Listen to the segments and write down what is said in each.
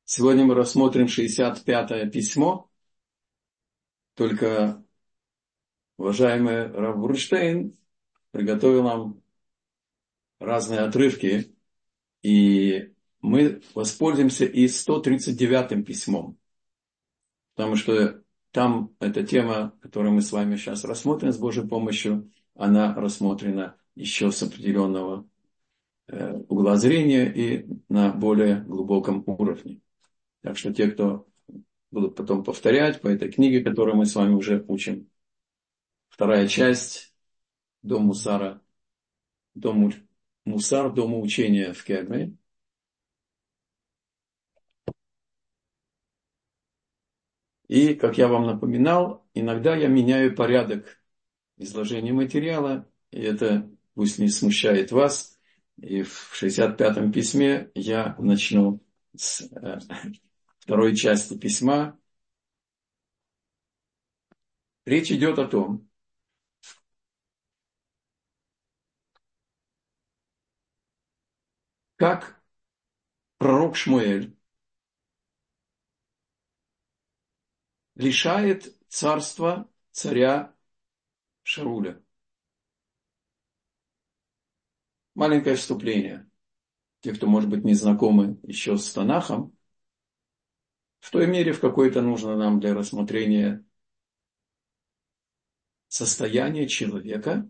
Сегодня мы рассмотрим 65-е письмо. Только уважаемый Рав Бурштейн приготовил нам разные отрывки, и мы воспользуемся и 139-м письмом, потому что там эта тема, которую мы с вами сейчас рассмотрим с Божьей помощью, она рассмотрена еще с определенного угла зрения и на более глубоком уровне. Так что те, кто будут потом повторять по этой книге, которую мы с вами уже учим, вторая часть, Дом Мусара, Мусар, Дома учения в Кельме. И, как я вам напоминал, иногда я меняю порядок изложения материала, и это пусть не смущает вас. И в 65-м письме я начну с второй части письма. Речь идет о том, как пророк Шмуэль лишает царства царя Шауля. Маленькое вступление. Те, кто, может быть, не знакомы еще с Танахом, в той мере, в какой-то нужно нам для рассмотрения состояния человека,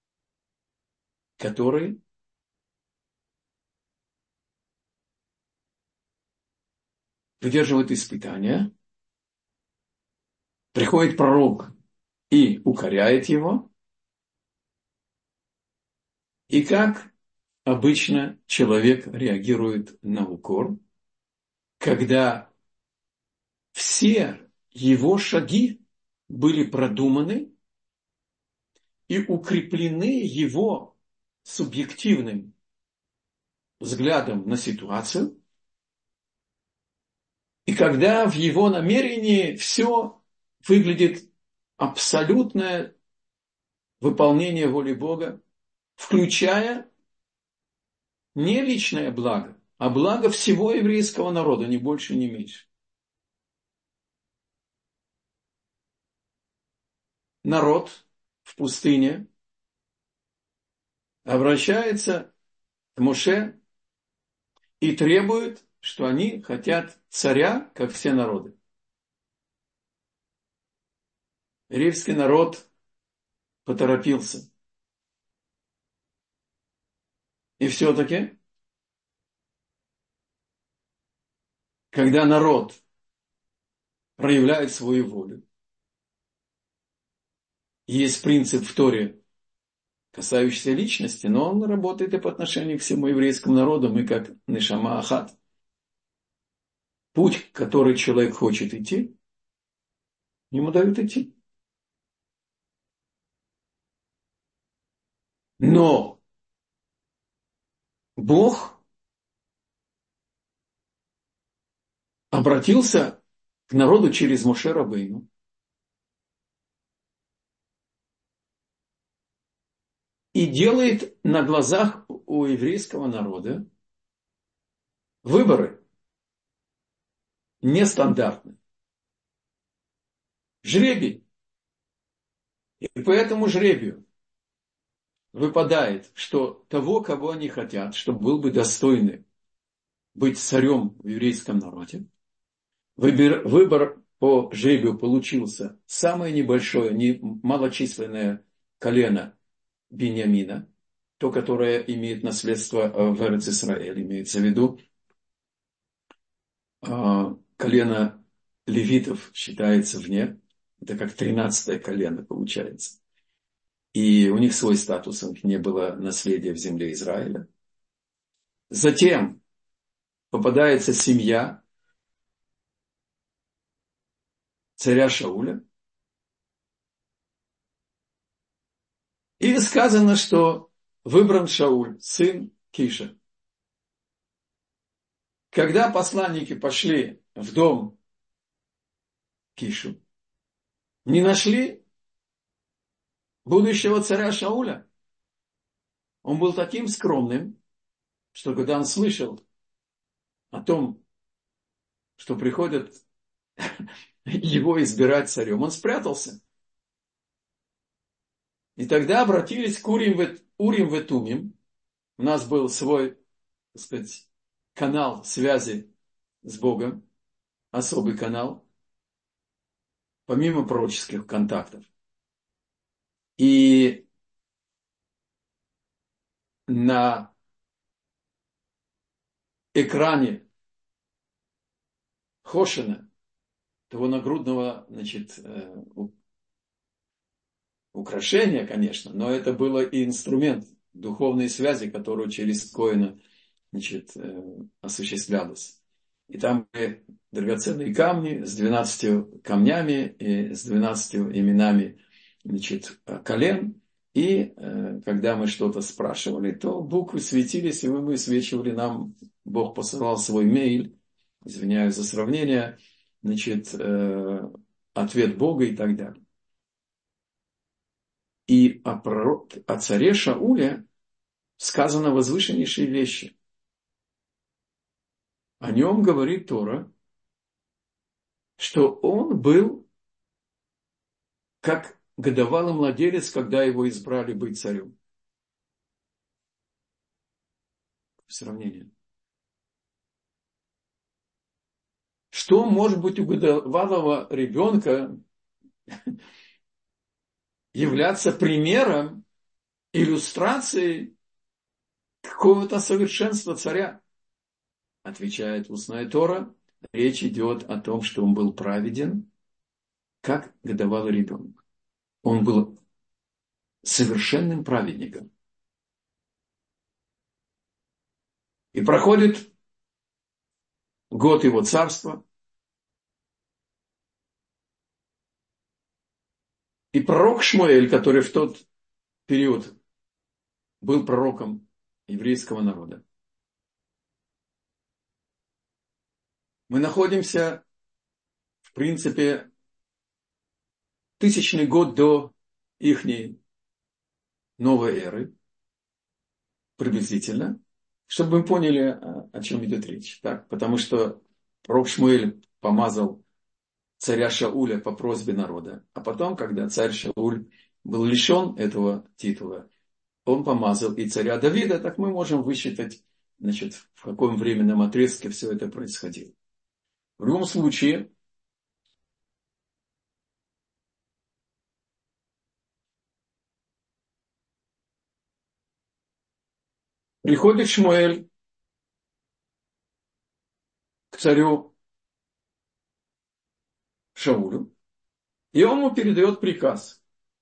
который выдерживает испытания, приходит пророк и укоряет его, и как обычно человек реагирует на укор, когда все его шаги были продуманы и укреплены его субъективным взглядом на ситуацию, и когда в его намерении все выглядит абсолютное выполнение воли Бога, включая не личное благо, а благо всего еврейского народа, ни больше, ни меньше. Народ в пустыне обращается к Моше и требует, что они хотят царя, как все народы. Еврейский народ поторопился. И все-таки, когда народ проявляет свою волю, есть принцип в Торе, касающийся личности, но он работает и по отношению к всему еврейскому народу, мы как Нешама Ахат. Путь, который человек хочет идти, ему дают идти. Но Бог обратился к народу через Моше Рабейну и делает на глазах у еврейского народа выборы нестандартные. Жребий. И по этому жребию выпадает, что того, кого они хотят, чтобы был бы достойный быть царем в еврейском народе, выбор по жребию получился самое небольшое, малочисленное колено Биньямина, то, которое имеет наследство в Эрец-Исраэль, имеется в виду. Колено левитов считается вне, это как 13-е колено получается. И у них свой статус, у них не было наследия в земле Израиля. Затем попадается семья царя Шауля. И сказано, что выбран Шауль, сын Киша. Когда посланники пошли в дом Кишу, не нашли будущего царя Шауля. Он был таким скромным, что когда он слышал о том, что приходят его избирать царем, он спрятался. И тогда обратились к Урим ве Тумим. У нас был свой, так сказать, канал связи с Богом, особый канал, помимо пророческих контактов. И на экране Хошина, того нагрудного, значит, украшения, конечно, но это было и инструмент духовной связи, которую через Коэна, значит, осуществлялась. И там были драгоценные камни с 12 камнями и с 12 именами, значит, колен. И когда мы что-то спрашивали, то буквы светились, и мы высвечивали нам, Бог посылал свой мейль, извиняюсь за сравнение, значит, ответ Бога и так далее. И о царе Шауле сказано возвышеннейшие вещи. О нем говорит Тора, что он был как годовалый младенец, когда его избрали быть царем. Сравнение. Что может быть у годовалого ребенка являться примером, иллюстрацией какого-то совершенства царя? Отвечает устная Тора, речь идет о том, что он был праведен, как годовалый ребенок. Он был совершенным праведником. И проходит год его царства, и пророк Шмуэль, который в тот период был пророком еврейского народа. Мы находимся, в принципе, 1000 год до ихней новой эры, приблизительно, чтобы мы поняли, о чем идет речь. Так? Потому что пророк Шмуэль помазал царя Шауля по просьбе народа. А потом, когда царь Шауль был лишен этого титула, он помазал и царя Давида, так мы можем высчитать, значит, в каком временном отрезке все это происходило. В любом случае, приходит Шмуэль к царю Шаулю, и он ему передает приказ.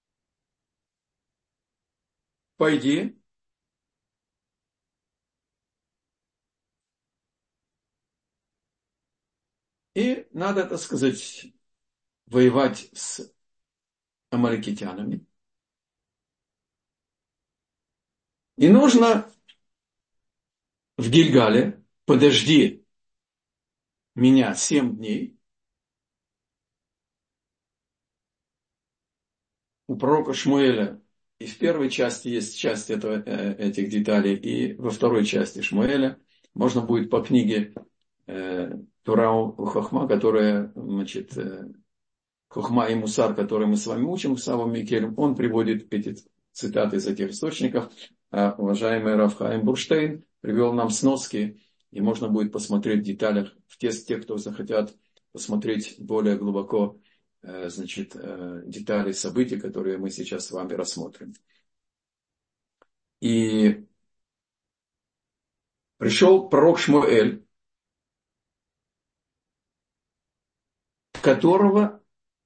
Пойди и надо, так сказать, воевать с амаликитянами. И нужно в Гильгале подожди меня 7 дней. У пророка Шмуэля и в первой части есть часть этих деталей, и во второй части Шмуэля можно будет по книге Турау Хохма, которая, значит, Хохма и Мусар, который мы с вами учим, Савом Микелем, он приводит эти цитаты из этих источников. А уважаемый Рав Хаим Бурштейн привел нам сноски, и можно будет посмотреть в деталях, те, кто захотят посмотреть более глубоко, значит, детали событий, которые мы сейчас с вами рассмотрим. И пришел пророк Шмуэль, которого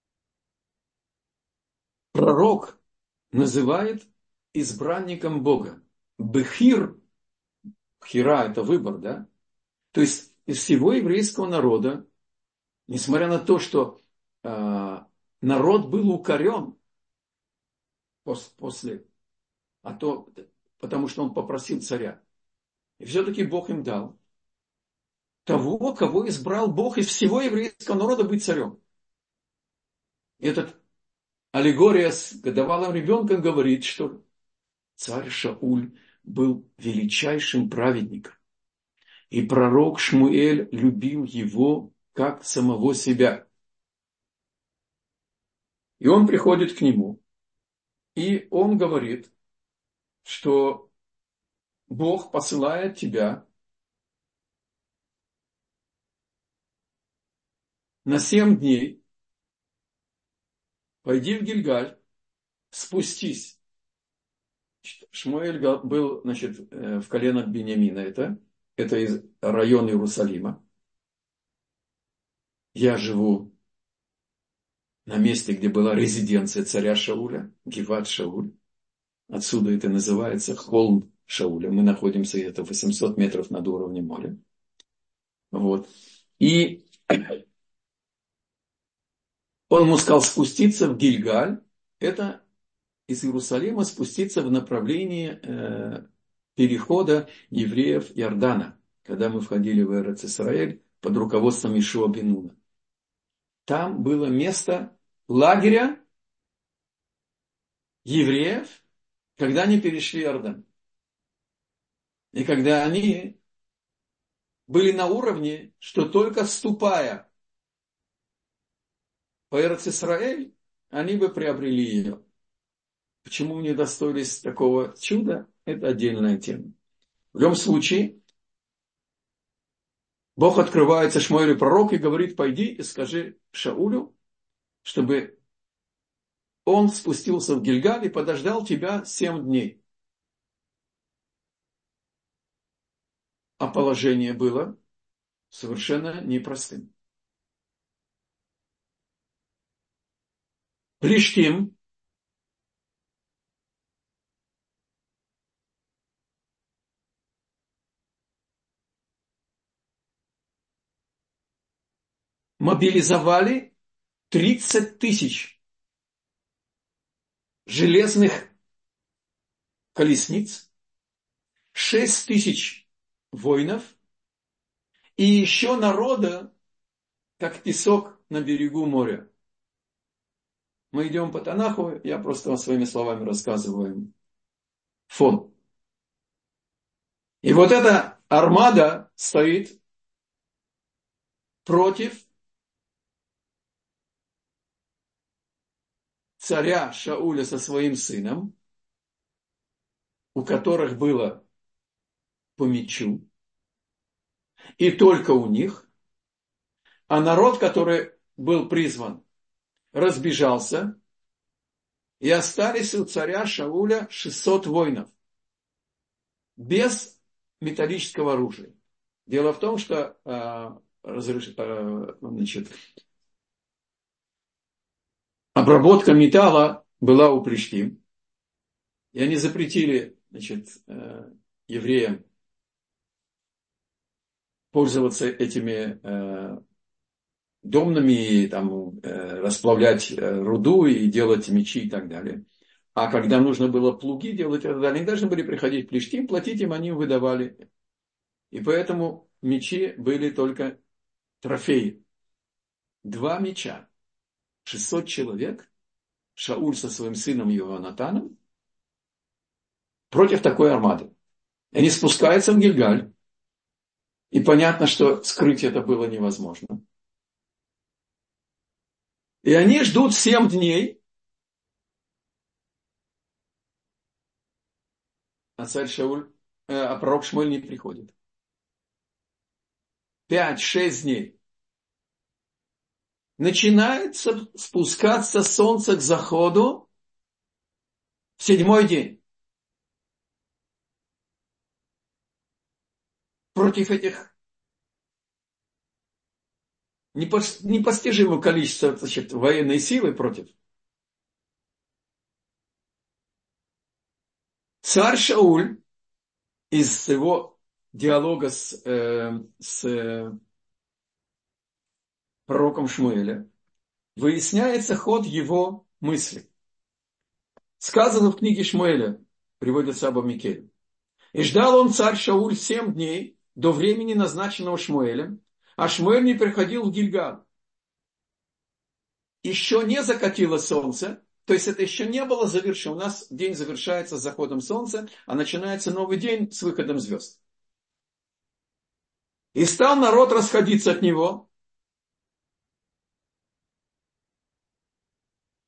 пророк называет избранником Бога. Бехир, хира это выбор, да? То есть из всего еврейского народа, несмотря на то, что народ был укорен после, потому что он попросил царя. И все-таки Бог им дал того, кого избрал Бог из всего еврейского народа быть царем. Этот аллегория с годовалым ребенком говорит, что царь Шауль был величайшим праведником. И пророк Шмуэль любил его как самого себя. И он приходит к нему, и он говорит, что Бог посылает тебя на 7 дней, пойди в Гильгаль, спустись. Шмуэль был, значит, в коленах Беньямина, это из района Иерусалима. Я живу на месте, где была резиденция царя Шауля, Гиват Шауль. Отсюда это называется холм Шауля. Мы находимся где-то 800 метров над уровнем моря. Вот. И он ему сказал спуститься в Гильгаль. Это из Иерусалима спуститься в направлении перехода евреев Иордана, когда мы входили в Эрец-Исраэль под руководством Ишуа бен Нуна. Там было место лагеря евреев, когда они перешли Иордан. И когда они были на уровне, что только вступая в Эрец-Исраэль, они бы приобрели ее. Почему не достоились такого чуда, это отдельная тема. В любом случае, Бог открывается Шмуэлю пророк и говорит, пойди и скажи Шаулю, чтобы он спустился в Гильгаль и подождал тебя 7 дней. А положение было совершенно непростым. Плиштим мобилизовали 30 тысяч железных колесниц, 6 тысяч воинов и еще народа, как песок на берегу моря. Мы идем по Танаху, я просто своими словами рассказываю фон. И вот эта армада стоит против царя Шауля со своим сыном, у которых было по мечу, и только у них, а народ, который был призван, разбежался, и остались у царя Шауля 600 воинов, без металлического оружия. Дело в том, что значит, обработка металла была у Плиштим, и они запретили, значит, евреям пользоваться этими домнами, там, расплавлять руду и делать мечи и так далее. А когда нужно было плуги делать и так далее, они должны были приходить в Плиштим, платить им, они выдавали. И поэтому мечи были только трофеи. 2 меча, 600 человек, Шауль со своим сыном Йоанатаном, против такой армады. Они спускаются в Гильгаль. И понятно, что скрыть это было невозможно. И они ждут 7 дней, а царь Шауль, пророк Шмуэль не приходит. 5-6 дней. Начинается спускаться солнце к заходу в 7-й день. Против этих непостижимого количества, значит, военной силы против. Царь Шауль из его диалога с пророком Шмуэля выясняется ход его мысли. Сказано в книге Шмуэля, приводится Аба Микель. И ждал он, царь Шауль, 7 дней до времени, назначенного Шмуэлем, а Шмуэль не приходил в Гильгаль. Еще не закатило солнце, то есть это еще не было завершено. У нас день завершается с заходом солнца, а начинается новый день с выходом звезд. И стал народ расходиться от него,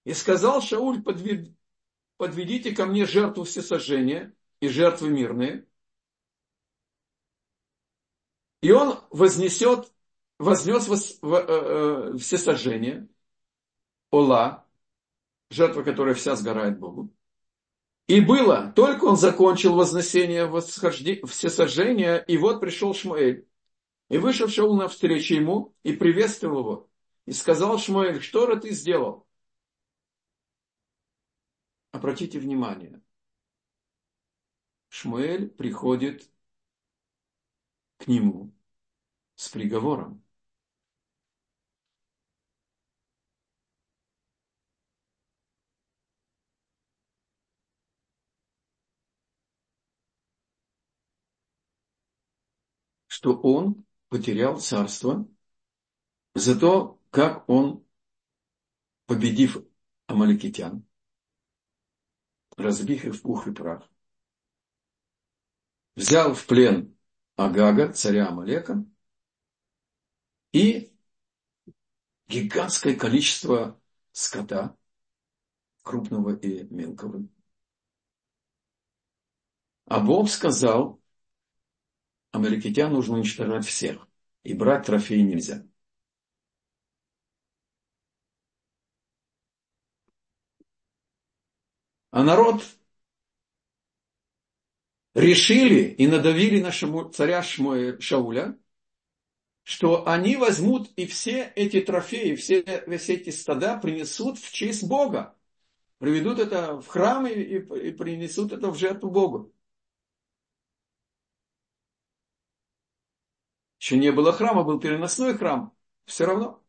И сказал Шауль: подведите ко мне жертву всесожжения и жертвы мирные. И он вознес всесожжение, ола, жертва, которая вся сгорает Богу. И было, только он закончил вознесение всесожжения, и вот пришел Шмуэль. И вышел Шаул навстречу ему и приветствовал его. И сказал Шмуэль: что же ты сделал? Обратите внимание, Шмуэль приходит к нему с приговором. Что он потерял царство за то, как он, победив амаликитян, разбив их в пух и прах, взял в плен Агага, царя Амалека, и гигантское количество скота, крупного и мелкого. А Бог сказал: амаликитян нужно уничтожать всех, и брать трофеи нельзя. А народ решили и надавили на царя Шауля, что они возьмут и все эти трофеи, все эти стада принесут в честь Бога. Приведут это в храм и принесут это в жертву Богу. Еще не было храма, был переносной храм. Все равно.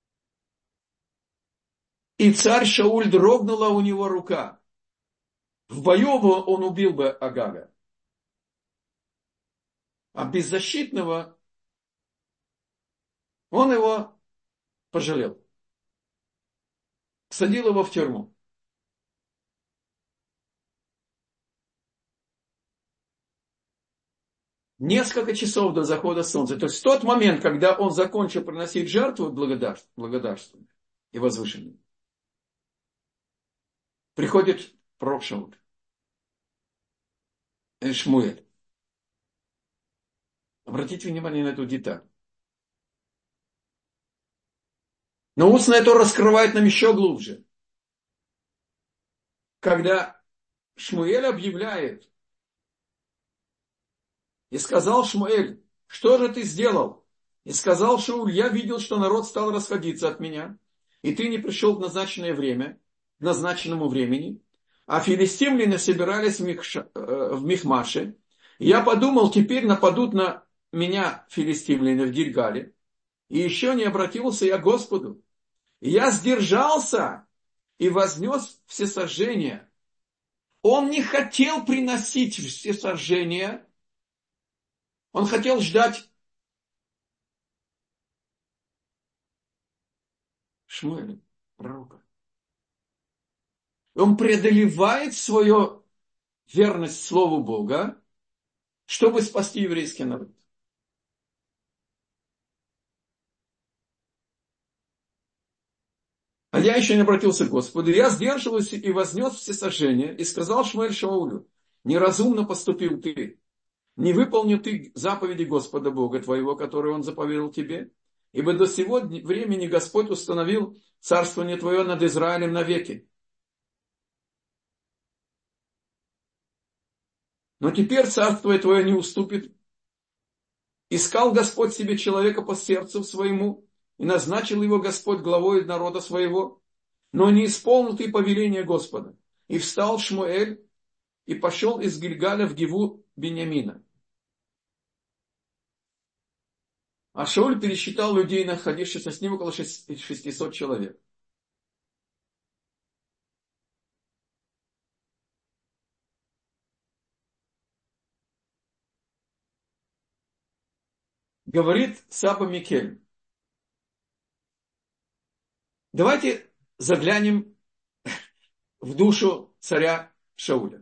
И царь Шауль, дрогнула у него рука. В бою он убил бы Агага. А беззащитного он его пожалел. Садил его в тюрьму. Несколько часов до захода солнца. То есть в тот момент, когда он закончил приносить жертву благодарственную и возвышенную, приходит пророк Шауль, Шмуэль. Обратите внимание на эту деталь. Но устное это раскрывает нам еще глубже. Когда Шмуэль объявляет: и сказал Шмуэль: что же ты сделал? И сказал Шауль: я видел, что народ стал расходиться от меня, и ты не пришел в назначенное время, к назначенному времени, а филистимляне собирались в Михмаше. И я подумал: теперь нападут на меня филистимляне в Гильгале. И еще не обратился я к Господу. И я сдержался и вознес всесожжение. Он не хотел приносить всесожжение. Он хотел ждать Шмуэля, пророка. Он преодолевает свою верность Слову Бога, чтобы спасти еврейский народ. А я еще не обратился к Господу. Я сдерживался и вознес всесожжение, и сказал Шмуэль Шаулю: неразумно поступил ты, не выполнил ты заповеди Господа Бога твоего, которые Он заповедал тебе, ибо до сего времени Господь установил царствование твое над Израилем навеки. Но теперь царство твое не уступит. Искал Господь себе человека по сердцу своему, и назначил его Господь главой народа своего, но не исполнил ты повеления Господа. И встал Шмуэль и пошел из Гильгаля в Гиву Беньямина. А Шауль пересчитал людей, находившихся с ним, около 600 человек. Говорит Саба Микель: давайте заглянем в душу царя Шауля.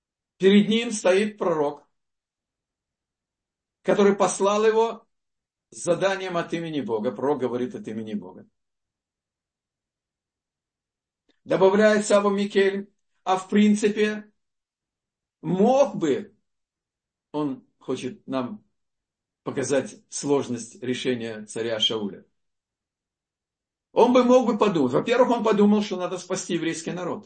Перед ним стоит пророк, который послал его с заданием от имени Бога. Пророк говорит от имени Бога. Добавляет Саба Микель. А в принципе, мог бы, он хочет нам показать сложность решения царя Шауля. Он бы мог бы подумать. Во-первых, он подумал, что надо спасти еврейский народ.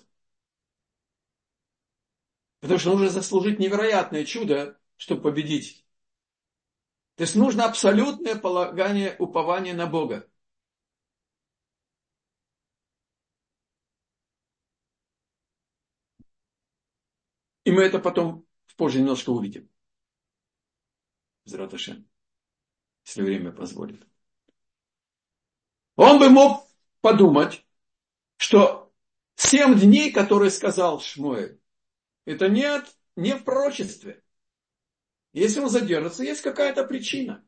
Потому что нужно заслужить невероятное чудо, чтобы победить. То есть нужно абсолютное полагание, упование на Бога. И мы это потом позже немножко увидим. Зрат Ашем, если время позволит. Он бы мог подумать, что 7 дней, которые сказал Шмуэль, это не в пророчестве. Если он задержится, есть какая-то причина.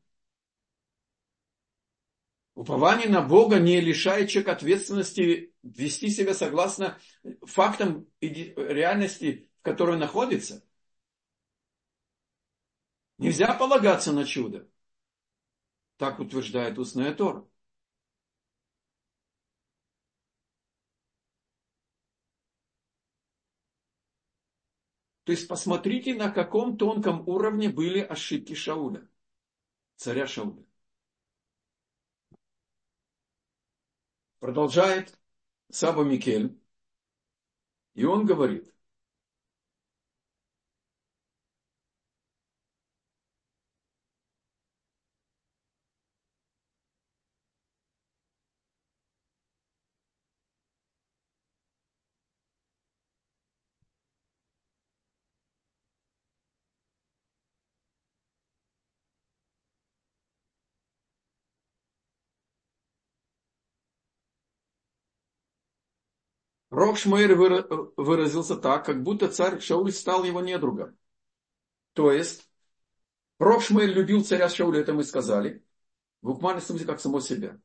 Упование на Бога не лишает человека ответственности вести себя согласно фактам и реальности, в которой он находится. Нельзя полагаться на чудо. Так утверждает устная Тора. То есть посмотрите, на каком тонком уровне были ошибки Шауля, царя Шауля. Продолжает Саба Микель, и он говорит, пророк Шмуэль выразился так, как будто царь Шауль стал его недругом. То есть, пророк Шмуэль любил царя Шауля, это мы сказали, в буквальном смысле как само себя.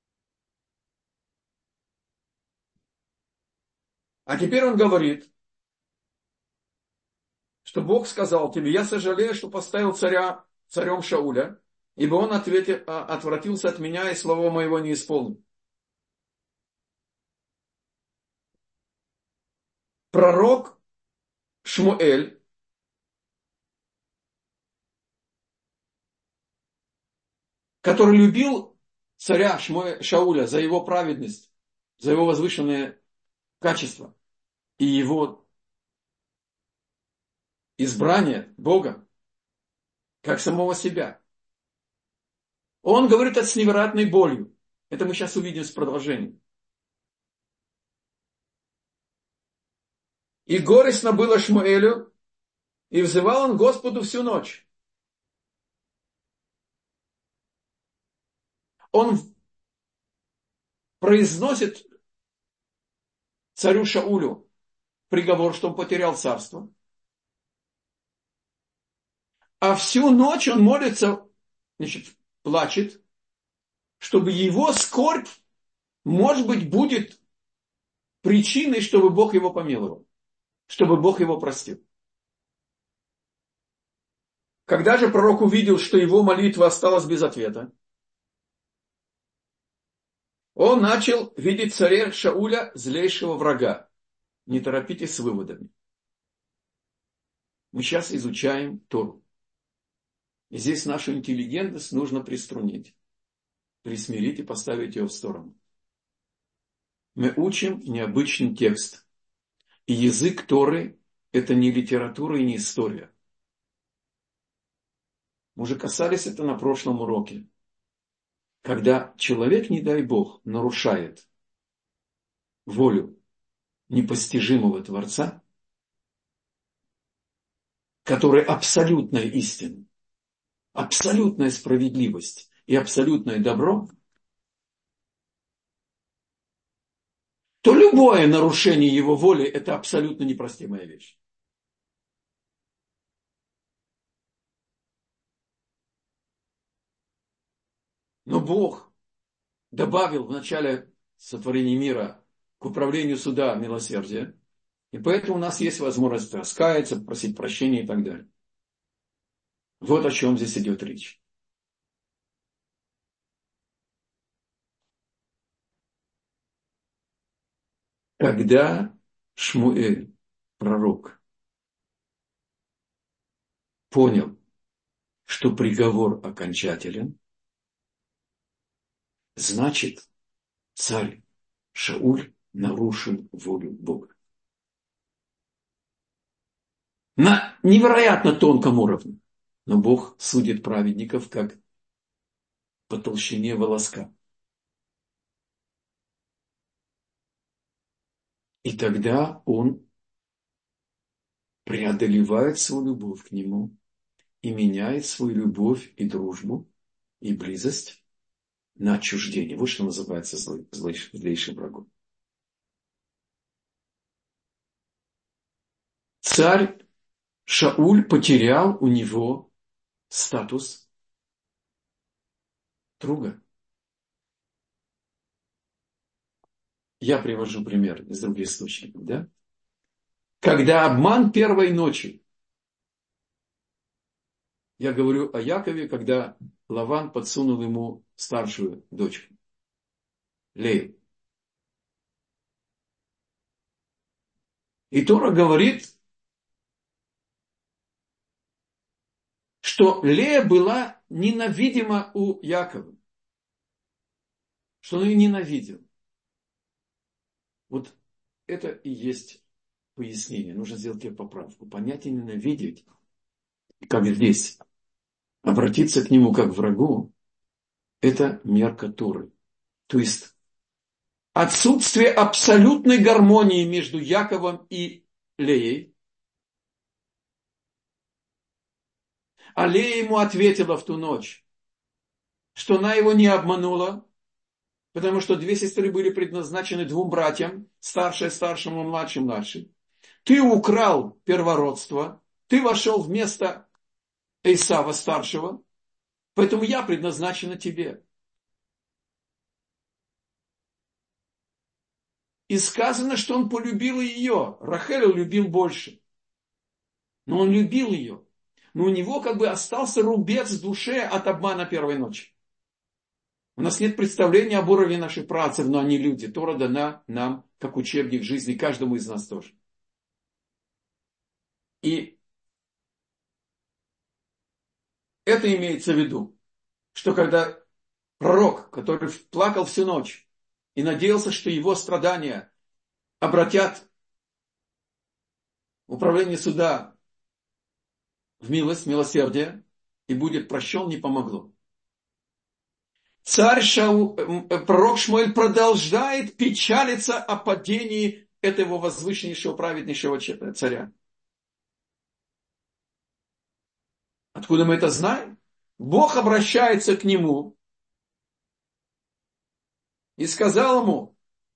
А теперь он говорит, что Бог сказал тебе, я сожалею, что поставил царя царем Шауля, ибо он отвратился от меня и слова моего не исполнил. Пророк Шмуэль, который любил царя Шауля за его праведность, за его возвышенные качества и его избрание Бога, как самого себя. Он говорит это с невероятной болью. Это мы сейчас увидим с продолжением. И горестно было Шмуэлю, и взывал он Господу всю ночь. Он произносит царю Шаулю приговор, что он потерял царство. А всю ночь он молится, значит, плачет, чтобы его скорбь, может быть, будет причиной, чтобы Бог его помиловал, чтобы Бог его простил. Когда же пророк увидел, что его молитва осталась без ответа, он начал видеть царя Шауля злейшего врага. Не торопитесь с выводами. Мы сейчас изучаем Тору. И здесь нашу интеллигентность нужно приструнить, присмирить и поставить ее в сторону. Мы учим необычный текст. И язык Торы – это не литература и не история. Мы уже касались это на прошлом уроке. Когда человек, не дай Бог, нарушает волю непостижимого Творца, который абсолютная истина, абсолютная справедливость и абсолютное добро, то любое нарушение его воли – это абсолютно непростимая вещь. Но Бог добавил в начале сотворения мира к управлению суда милосердия, и поэтому у нас есть возможность раскаяться, просить прощения и так далее. Вот о чем здесь идет речь. Когда Шмуэль, пророк, понял, что приговор окончателен, значит, царь Шауль нарушил волю Бога. На невероятно тонком уровне. Но Бог судит праведников как по толщине волоска. И тогда он преодолевает свою любовь к нему и меняет свою любовь и дружбу и близость на отчуждение. Вот что называется злейшим врагом. Царь Шауль потерял у него статус друга. Я привожу пример из других источников. Да? Когда обман первой ночи, я говорю о Якове, когда Лаван подсунул ему старшую дочку, Лею. И Тора говорит, что Лея была ненавидима у Якова. Что он ее ненавидел. Вот это и есть пояснение. Нужно сделать тебе поправку. Понятие ненавидеть, как здесь, обратиться к нему как к врагу, это мерка Торы. То есть отсутствие абсолютной гармонии между Яковом и Леей. А Лея ему ответила в ту ночь, что она его не обманула, потому что две сестры были предназначены двум братьям, старшая старшему, младший младший. Ты украл первородство, ты вошел в место Эйсава старшего, поэтому я предназначена тебе. И сказано, что он полюбил ее. Рахель любил больше. Но он любил ее. Но у него как бы остался рубец в душе от обмана первой ночи. У нас нет представления об уровне наших працев, но они люди. Тора дана нам как учебник жизни, каждому из нас тоже. И это имеется в виду, что когда пророк, который плакал всю ночь и надеялся, что его страдания обратят управление суда в милость, милосердие, и будет прощен, не помогло. Пророк Шмуэль продолжает печалиться о падении этого возвышеннейшего, праведнейшего царя. Откуда мы это знаем? Бог обращается к нему и сказал ему,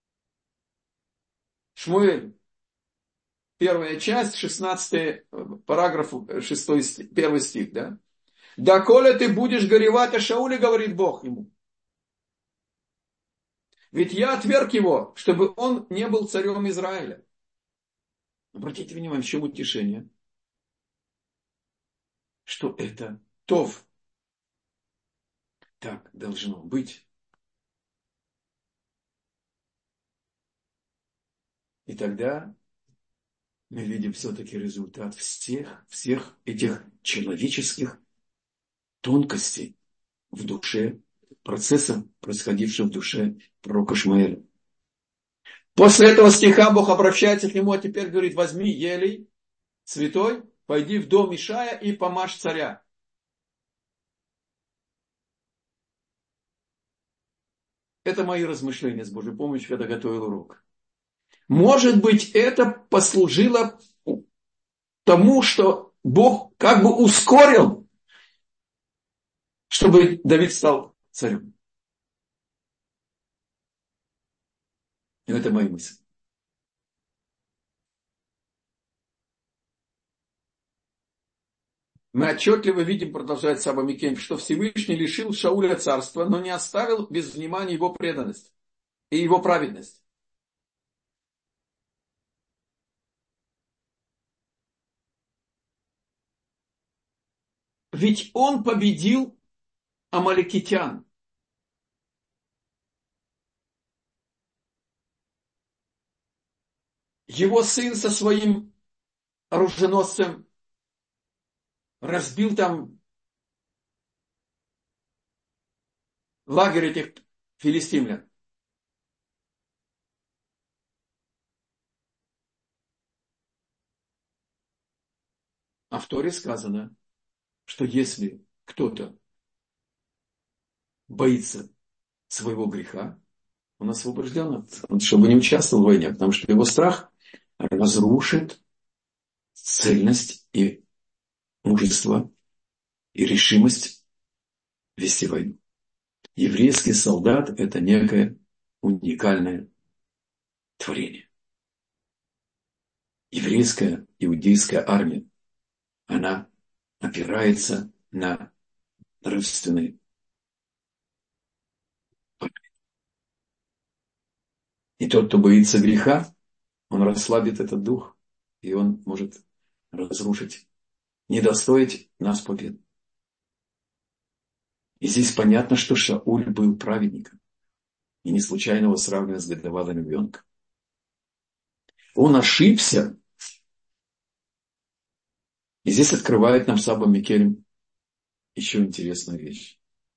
Шмуэль, первая часть, 16 параграф, 6, 1 стих, да? «Доколе ты будешь горевать о Шауле, говорит Бог ему, ведь я отверг его, чтобы он не был царем Израиля». Обратите внимание, в чем утешение? Что это тов. Так должно быть. И тогда мы видим все-таки результат всех этих человеческих тонкостей в душе, процесса, происходившего в душе пророка Шмуэля. После этого стиха Бог обращается к нему, а теперь говорит, возьми елей святой, пойди в дом Ишая и помажь царя. Это мои размышления с Божьей помощью, когда готовил урок. Может быть, это послужило тому, что Бог как бы ускорил, чтобы Давид стал царем. И это моя мысль. Мы отчетливо видим, продолжает Саба Микень, что Всевышний лишил Шауля царства, но не оставил без внимания его преданность и его праведность. Ведь он победил амаликитян. его сын со своим оруженосцем разбил там лагерь этих филистимлян. А в Торе сказано, что если кто-то боится своего греха, он освобожден, чтобы не участвовал в войне, потому что его страх разрушит цельность и мужество и решимость вести войну. Еврейский солдат – это некое уникальное творение. Еврейская, иудейская армия, она опирается на нравственные победы. И тот, кто боится греха, он расслабит этот дух, и он может разрушить, недостоить нас победы. И здесь понятно, что Шауль был праведником. И не случайно его сравнивают с годовалым ребенком. Он ошибся. И здесь открывает нам Саба Микелем еще интересную вещь.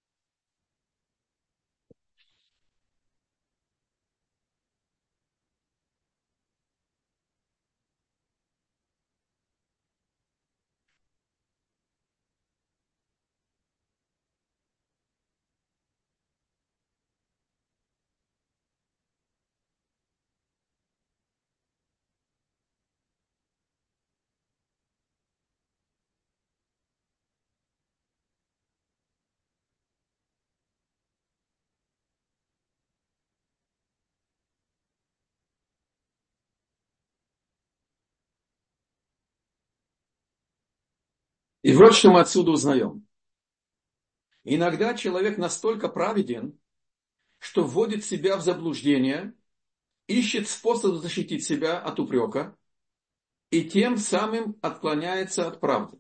И вот что мы отсюда узнаем. Иногда человек настолько праведен, что вводит себя в заблуждение, ищет способ защитить себя от упрека и тем самым отклоняется от правды.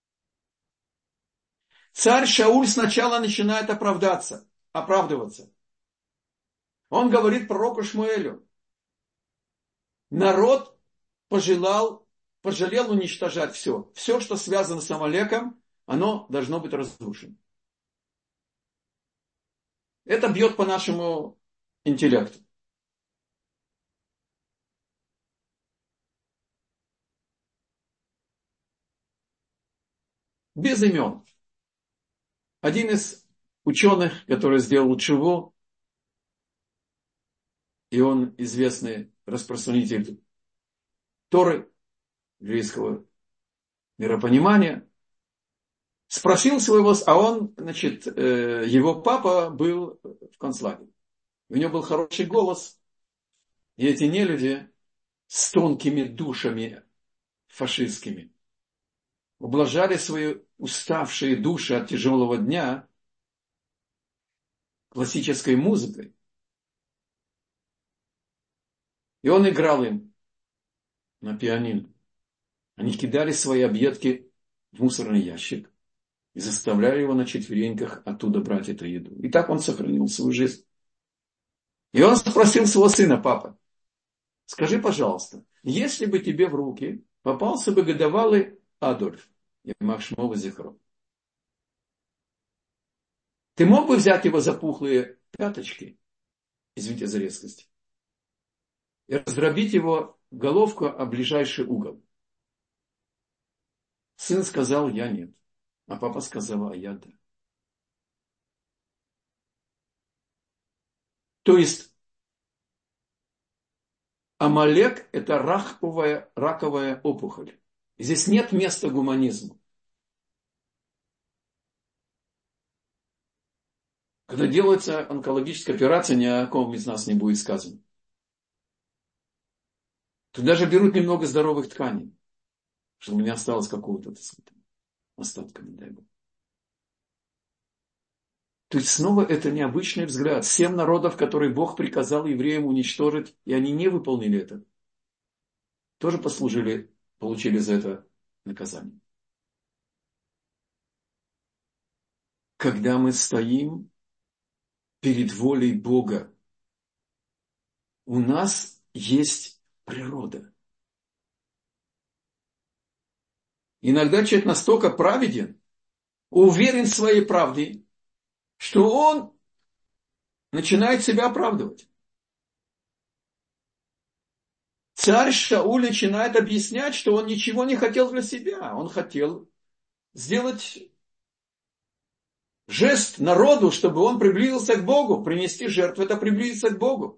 Царь Шауль сначала начинает оправдываться. Он говорит пророку Шмуэлю: народ пожалел уничтожать все. Все, что связано с Амалеком, оно должно быть разрушено. Это бьет по нашему интеллекту. Без имен. Один из ученых, который сделал тшуву, и он известный распространитель Торы, еврейского миропонимания, спросил своего, а он, его папа был в концлагере. У него был хороший голос, и эти нелюди с тонкими душами фашистскими ублажали свои уставшие души от тяжелого дня классической музыкой. И он играл им на пианино. Они кидали свои объедки в мусорный ящик и заставляли его на четвереньках оттуда брать эту еду. И так он сохранил свою жизнь. И он спросил своего сына: папа, скажи, пожалуйста, если бы тебе в руки попался бы годовалый Адольф, Ямах Шмо Зихро, ты мог бы взять его за пухлые пяточки, извините за резкость, и раздробить его головку о ближайший угол? Сын сказал: я нет. А папа сказал: а я да. То есть Амалек – это раковая опухоль. Здесь нет места гуманизму. Когда делается онкологическая операция, ни о ком из нас не будет сказано. Тут даже берут немного здоровых тканей, чтобы не осталось какого-то, так сказать, остатка, не дай бог. То есть снова это необычный взгляд. 7 народов, которые Бог приказал евреям уничтожить, и они не выполнили это, тоже получили за это наказание. Когда мы стоим перед волей Бога, у нас есть природа. Иногда человек настолько праведен, уверен в своей правде, что он начинает себя оправдывать. Царь Шауль начинает объяснять, что он ничего не хотел для себя. Он хотел сделать жест народу, чтобы он приблизился к Богу. Принести жертву – это приблизиться к Богу.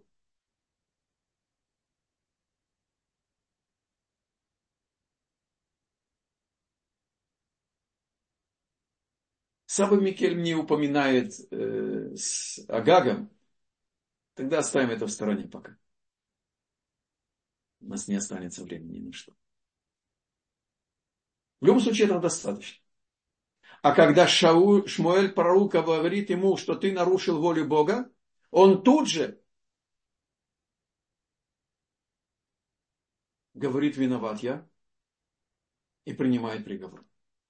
Саба Микель мне упоминает с Агагом. Тогда оставим это в стороне пока. У нас не останется времени ни на что. В любом случае этого достаточно. А когда Шмуэль пророк говорит ему, что ты нарушил волю Бога, он тут же говорит: виноват я, и принимает приговор.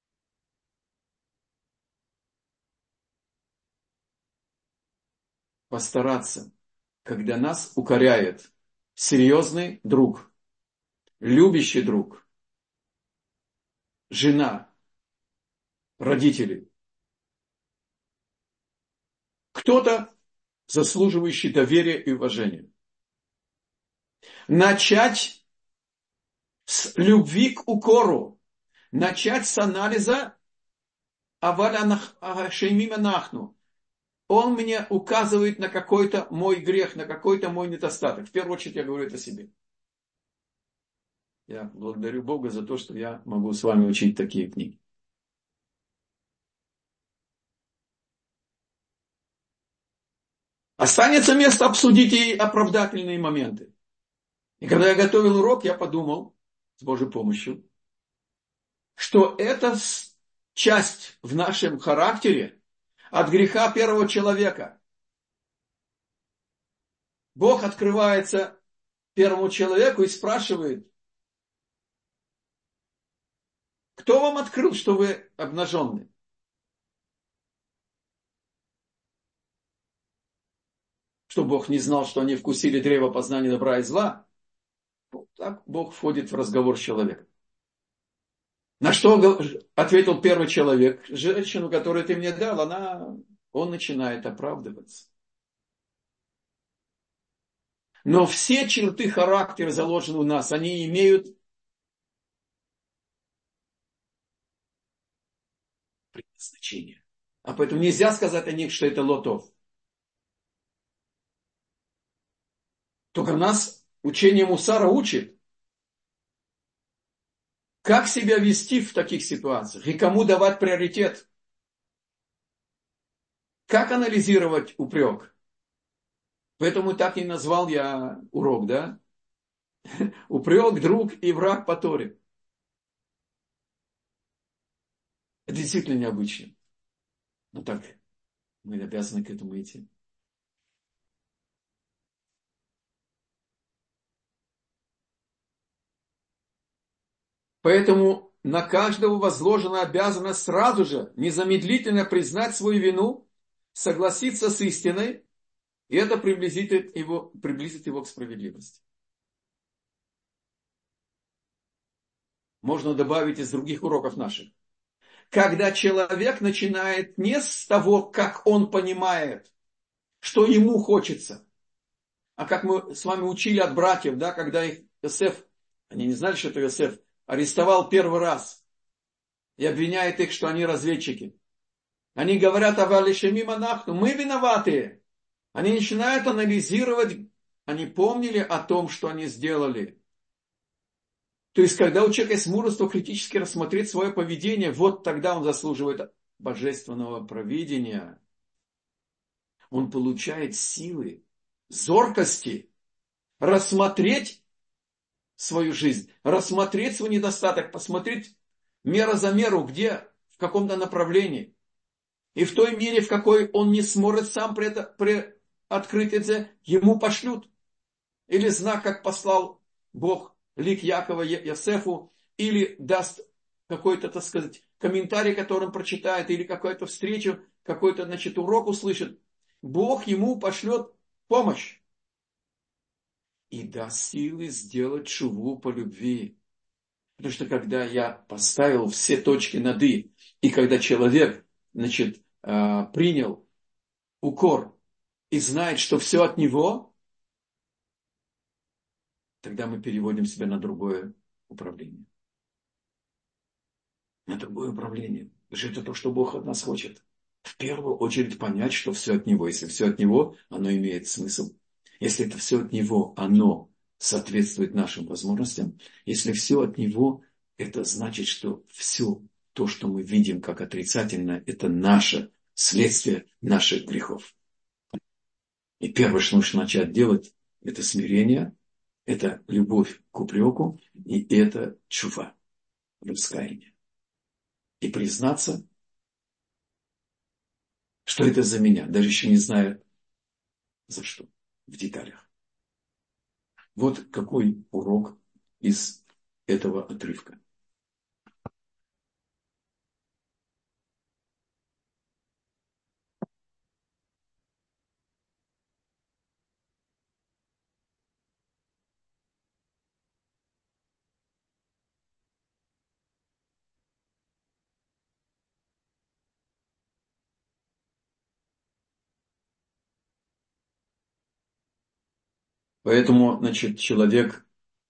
Постараться, когда нас укоряет серьезный друг, любящий друг, жена, родители, кто-то, заслуживающий доверия и уважения. Начать с любви к укору, начать с анализа авалянахну. Он мне указывает на какой-то мой грех, на какой-то мой недостаток. В первую очередь я говорю это себе. Я благодарю Бога за то, что я могу с вами учить такие книги. Останется место обсудить и оправдательные моменты. И когда я готовил урок, я подумал, с Божьей помощью, что это часть в нашем характере от греха первого человека. Бог открывается первому человеку и спрашивает: кто вам открыл, что вы обнаженны? Что Бог не знал, что они вкусили древо познания добра и зла? Так Бог входит в разговор с человеком. На что ответил первый человек: женщину, которую ты мне дал, он начинает оправдываться. Но все черты характера заложены у нас, они имеют предназначение. А поэтому нельзя сказать о них, что это лотов. Только нас учение Мусара учит, как себя вести в таких ситуациях и кому давать приоритет. Как анализировать упрек. Поэтому так и назвал я урок, да? Упрек, друг и враг по Торе. Это действительно необычно. Но так мы обязаны к этому идти. Поэтому на каждого возложена обязанность сразу же, незамедлительно признать свою вину, согласиться с истиной, и это приблизит его к справедливости. Можно добавить из других уроков наших. Когда человек начинает не с того, как он понимает, что ему хочется, а как мы с вами учили от братьев, да, когда их Йосеф, они не знали, что это Йосеф, арестовал первый раз и обвиняет их, что они разведчики. Они говорят: авалишемима нахну, мы виноваты. Они начинают анализировать, они помнили о том, что они сделали. То есть, когда у человека есть мужество критически рассмотреть свое поведение, вот тогда он заслуживает божественного провидения. Он получает силы, зоркости рассмотреть свою жизнь, рассмотреть свой недостаток, посмотреть мера за меру, где, в каком-то направлении. И в той мере, в какой он не сможет сам открыть это, ему пошлют. Или знак, как послал Бог лик Якова Йосефу, или даст какой-то, так сказать, комментарий, который он прочитает, или какую-то встречу, какой-то, значит, урок услышит. Бог ему пошлет помощь. И даст силы сделать шуву по любви. Потому что когда я поставил все точки над «и», и когда человек, принял укор и знает, что все от него, тогда мы переводим себя на другое управление. На другое управление. Потому что это то, что Бог от нас хочет. В первую очередь понять, что все от Него. Если все от Него, оно имеет смысл. Если это все от Него, оно соответствует нашим возможностям. Если все от Него, это значит, что все то, что мы видим как отрицательное, это наше следствие наших грехов. И первое, что нужно начать делать, это смирение, это любовь к упреку, и это чува, раскаяние. И признаться, что это за меня, даже еще не зная за что, в деталях. Вот какой урок из этого отрывка. Поэтому, человек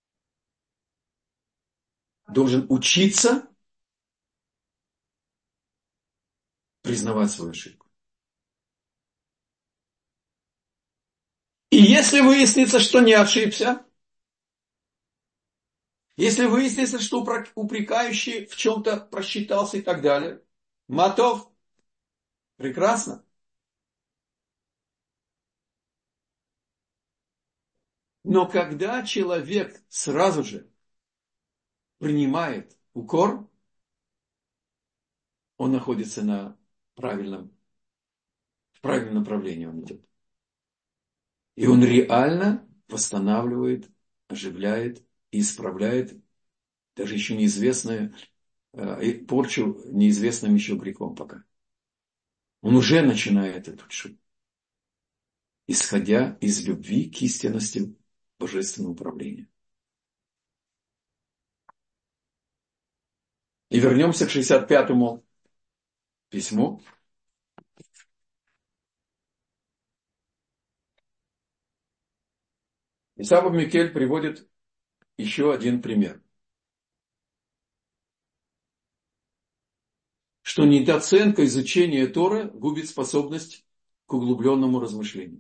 должен учиться признавать свою ошибку. И если выяснится, что не ошибся, если выяснится, что упрекающий в чем-то просчитался и так далее, матов, прекрасно. Но когда человек сразу же принимает укор, он находится в правильном направлении, он идет. И он реально восстанавливает, оживляет и исправляет даже еще неизвестную порчу неизвестным еще грехом пока. Он уже начинает эту ошибку, исходя из любви к истинности божественного управления. И вернемся к 65-му письму. И Саба Микель приводит еще один пример. Что недооценка изучения Торы губит способность к углубленному размышлению.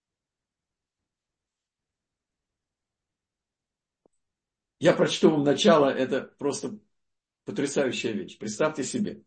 Я прочту вам начало, это просто потрясающая вещь. Представьте себе.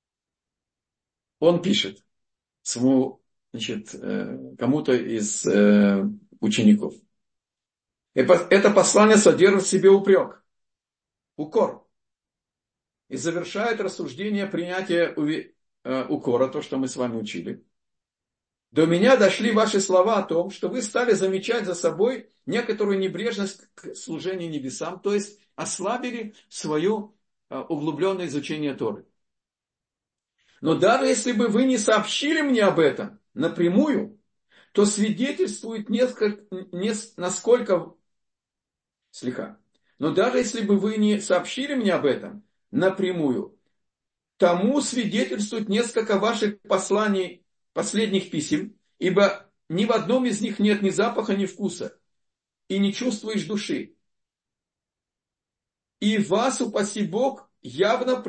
Он пишет своему, кому-то из учеников. Это послание содержит в себе упрек, укор. И завершает рассуждение принятия укора, то, что мы с вами учили. До меня дошли ваши слова о том, что вы стали замечать за собой некоторую небрежность к служению небесам, то есть ослабили свое углубленное изучение Торы. Но даже если бы вы не сообщили мне об этом напрямую, то свидетельствует Но даже если бы вы не сообщили мне об этом напрямую, тому свидетельствует несколько ваших посланий, последних писем, ибо ни в одном из них нет ни запаха, ни вкуса, и не чувствуешь души. И вас, упаси Бог, явно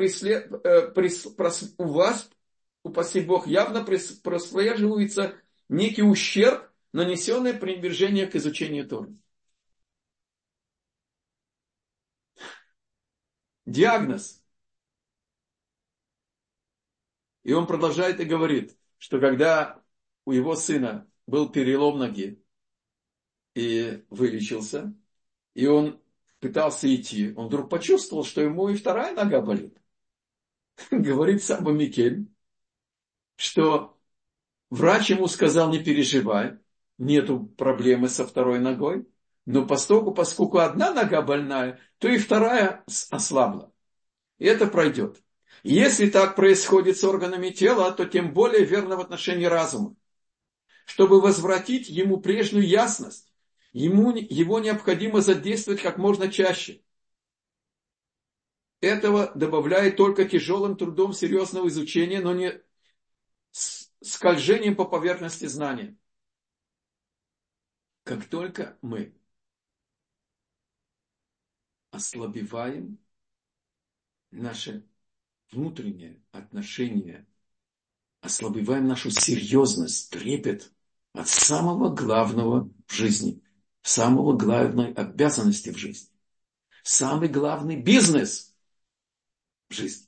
прослеживается некий ущерб, нанесенный пренебрежение к изучению Торы. Диагноз. И он продолжает и говорит, что когда у его сына был перелом ноги и вылечился, и он пытался идти, он вдруг почувствовал, что ему и вторая нога болит. Говорит Саба Микель, что врач ему сказал: не переживай, нету проблемы со второй ногой, но поскольку одна нога больная, то и вторая ослабла. И это пройдет. Если так происходит с органами тела, то тем более верно в отношении разума. Чтобы возвратить ему прежнюю ясность, его необходимо задействовать как можно чаще. этого добавляет только тяжелым трудом серьезного изучения, но не скольжением по поверхности знания. Как только мы ослабеваем наше внутреннее отношение, ослабеваем нашу серьезность, трепет от самого главного в жизни, самого главной обязанности в жизни, самый главный бизнес в жизни.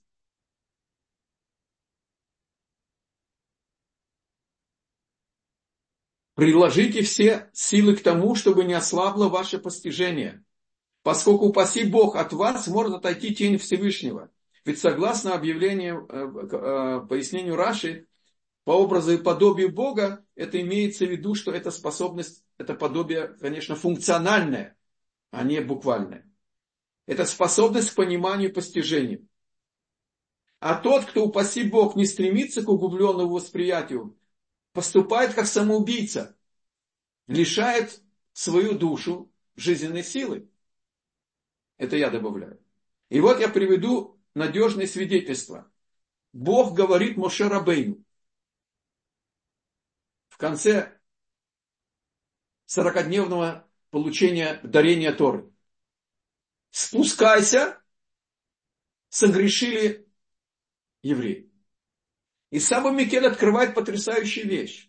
Приложите все силы к тому, чтобы не ослабло ваше постижение, поскольку, упаси Бог, от вас может отойти тень Всевышнего. Ведь согласно пояснению Раши, по образу и подобию Бога, это имеется в виду, что эта способность, это подобие, конечно, функциональное, а не буквальное. Это способность к пониманию и постижению. А тот, кто, упаси Бог, не стремится к углубленному восприятию, поступает как самоубийца, лишает свою душу жизненной силы. Это я добавляю. И вот я приведу надежные свидетельства. Бог говорит Моше Рабейну в конце 40-дневного получения дарения Торы. Спускайся, согрешили евреи. И Саба Микель открывает потрясающую вещь.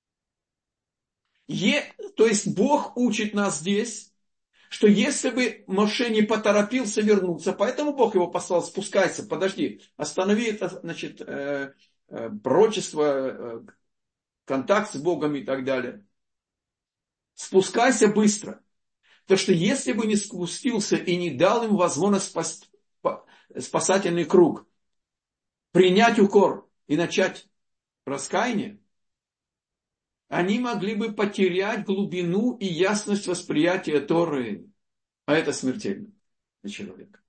То есть Бог учит нас здесь, что если бы Моше не поторопился вернуться, поэтому Бог его послал: спускайся, подожди, останови это, значит, пророчество, контакт с Богом и так далее. Спускайся быстро. Потому что если бы не спустился и не дал им возможность спасательный круг, принять укор и начать раскаяние, они могли бы потерять глубину и ясность восприятия Торы. А это смертельно для человека.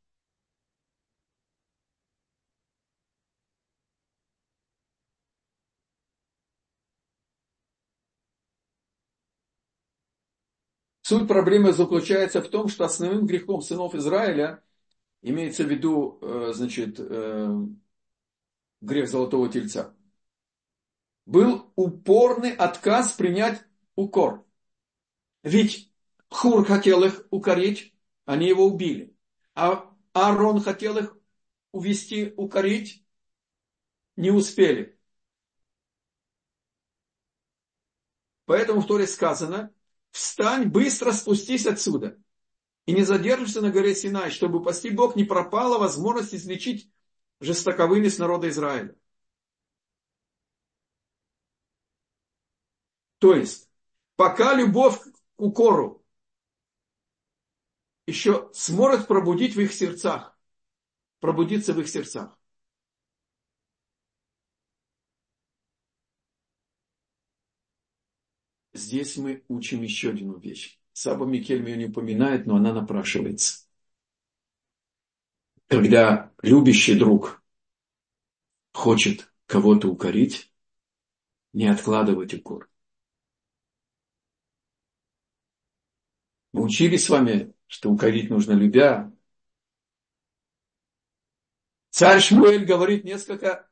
Суть проблемы заключается в том, что основным грехом сынов Израиля, имеется в виду, грех золотого тельца, был упорный отказ принять укор. Ведь Хур хотел их укорить, они его убили. А Аарон хотел их увести, укорить, не успели. Поэтому в Торе сказано: встань, быстро спустись отсюда. И не задержишься на горе Синай, чтобы, упаси Бог, не пропала возможность излечить жестоковыми с народа Израиля. То есть, пока любовь к укору еще сможет пробудить в их сердцах, пробудиться в их сердцах. Здесь мы учим еще одну вещь. Саба Микель ее не упоминает, но она напрашивается. Когда любящий друг хочет кого-то укорить, не откладывать укор. Мы учились с вами, что укорить нужно любя. Царь Шмуэль говорит несколько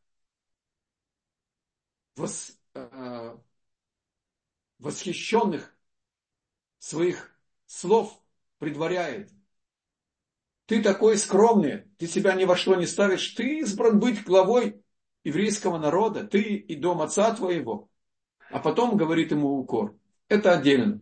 восхищенных своих слов, предваряет. Ты такой скромный, ты себя ни во что не ставишь, ты избран быть главой еврейского народа, ты и дом отца твоего. А потом говорит ему укор. Это отдельно.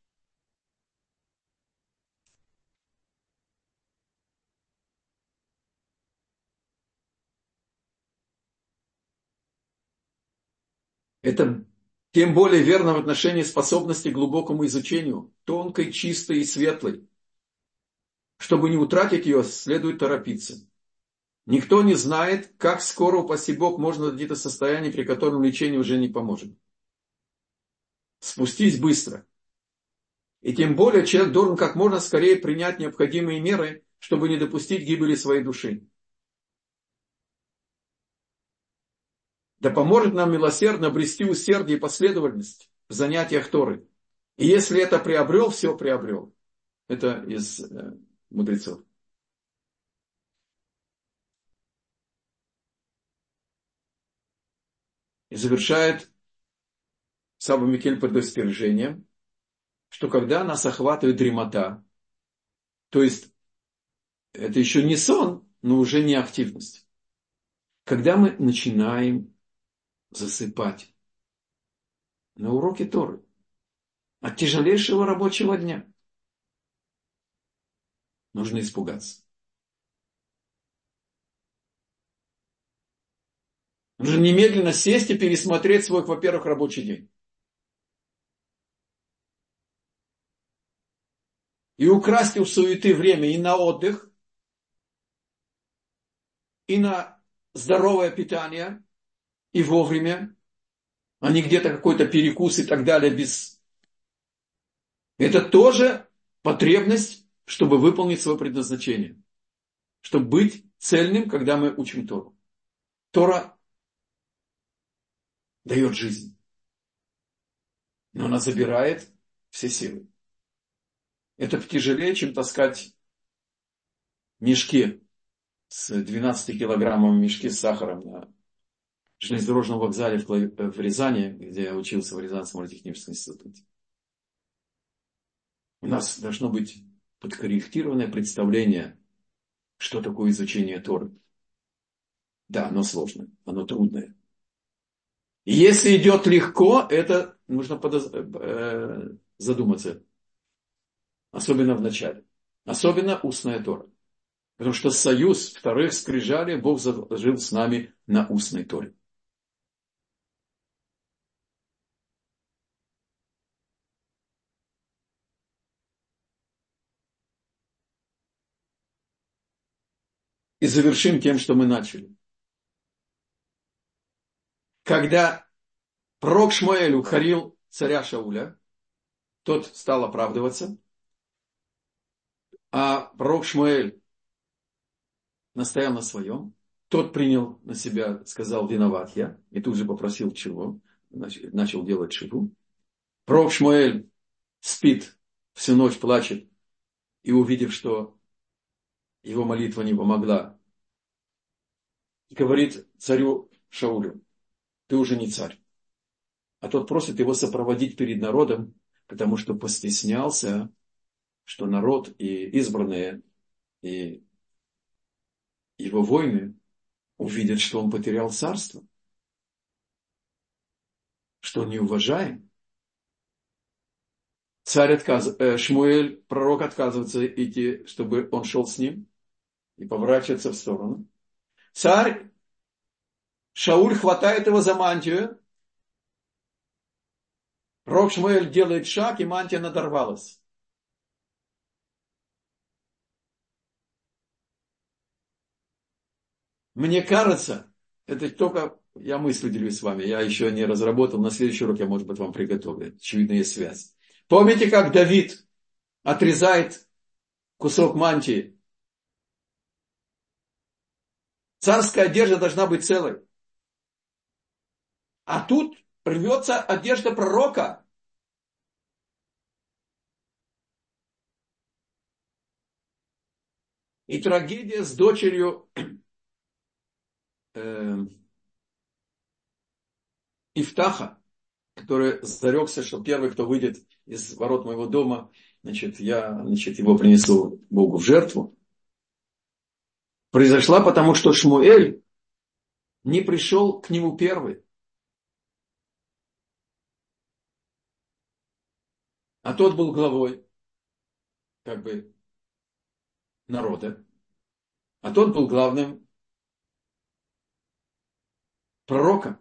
Это тем более верно в отношении способности к глубокому изучению, тонкой, чистой и светлой. Чтобы не утратить ее, следует торопиться. Никто не знает, как скоро, упаси Бог, можно дойти до состояния, при котором лечение уже не поможет. Спустись быстро. И тем более человек должен как можно скорее принять необходимые меры, чтобы не допустить гибели своей души. Да поможет нам милосердно обрести усердие и последовательность в занятиях Торы. И если это приобрел, все приобрел. Это из мудрецов. И завершает Саба Микель предостережением, что когда нас охватывает дремота, то есть это еще не сон, но уже не активность. Когда мы начинаем засыпать на уроке Торы от тяжелейшего рабочего дня, нужно испугаться. Нужно немедленно сесть и пересмотреть свой, во-первых, рабочий день. И украсть у суеты время и на отдых, и на здоровое питание, и вовремя, а не где-то какой-то перекус и так далее. Это тоже потребность, чтобы выполнить свое предназначение. Чтобы быть цельным, когда мы учим Тору. Тора дает жизнь, но она забирает все силы. Это тяжелее, чем таскать мешки с 12 килограммами мешки с сахаром на железнодорожном вокзале в Рязани, где я учился в Рязанском техническом институте. У нас должно быть подкорректированное представление, что такое изучение Торы. Да, оно сложное, оно трудное. И если идет легко, это нужно задуматься. Особенно в начале. Особенно устная Тора. Потому что союз вторых скрижалей Бог заложил с нами на устной Торе. И завершим тем, что мы начали. Когда пророк Шмуэль укорил царя Шауля, тот стал оправдываться, а пророк Шмуэль настоял на своем, тот принял на себя, сказал, виноват я, и тут же попросил чего, начал делать шиву. Пророк Шмуэль спит, всю ночь плачет, и увидев, что его молитва не помогла, говорит царю Шаулю, ты уже не царь. А тот просит его сопроводить перед народом, потому что постеснялся, что народ и избранные, и его воины увидят, что он потерял царство, что он не уважаем. Шмуэль, пророк, отказывается идти, чтобы он шел с ним и поворачивается в сторону. Царь Шауль хватает его за мантию. Пророк Шмуэль делает шаг, и мантия надорвалась. Мне кажется, это только я мыслью делюсь с вами, я еще не разработал, на следующий урок я, может быть, вам приготовлю. Очевидно, есть связь. Помните, как Давид отрезает кусок мантии? Царская одежда должна быть целой. А тут рвется одежда пророка. И трагедия с дочерью Ифтаха, который зарекся, что первый, кто выйдет из ворот моего дома, я его принесу Богу в жертву, произошла потому, что Шмуэль не пришел к нему первый. А тот был главой, народа. А тот был главным пророком.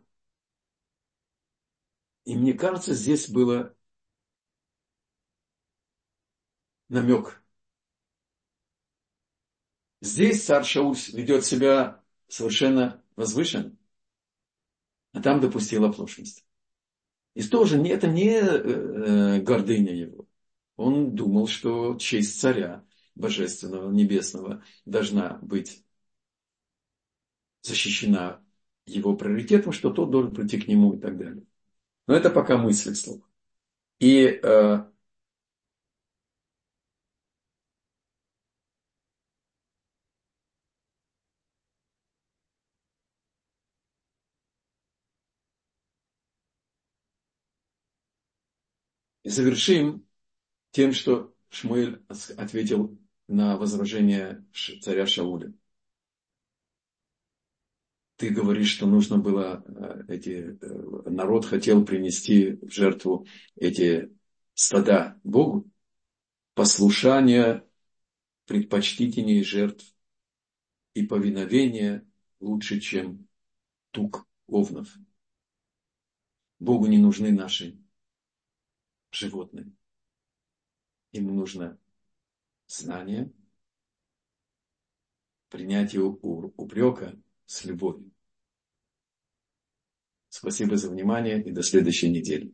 И мне кажется, здесь было намек. Здесь царь Шауль ведет себя совершенно возвышенно, а там допустил оплошность. И тоже это не гордыня его. Он думал, что честь царя божественного, небесного должна быть защищена его приоритетом, что тот должен прийти к нему и так далее. Но это пока мысли вслух. И И завершим тем, что Шмуэль ответил на возражение царя Шауля. Ты говоришь, что нужно было, народ хотел принести в жертву эти стада Богу. Послушание предпочтительнее жертв и повиновение лучше, чем тук овнов. Богу не нужны наши животные. Ему нужно знание, принятие упрека с любовью. Спасибо за внимание и до следующей недели.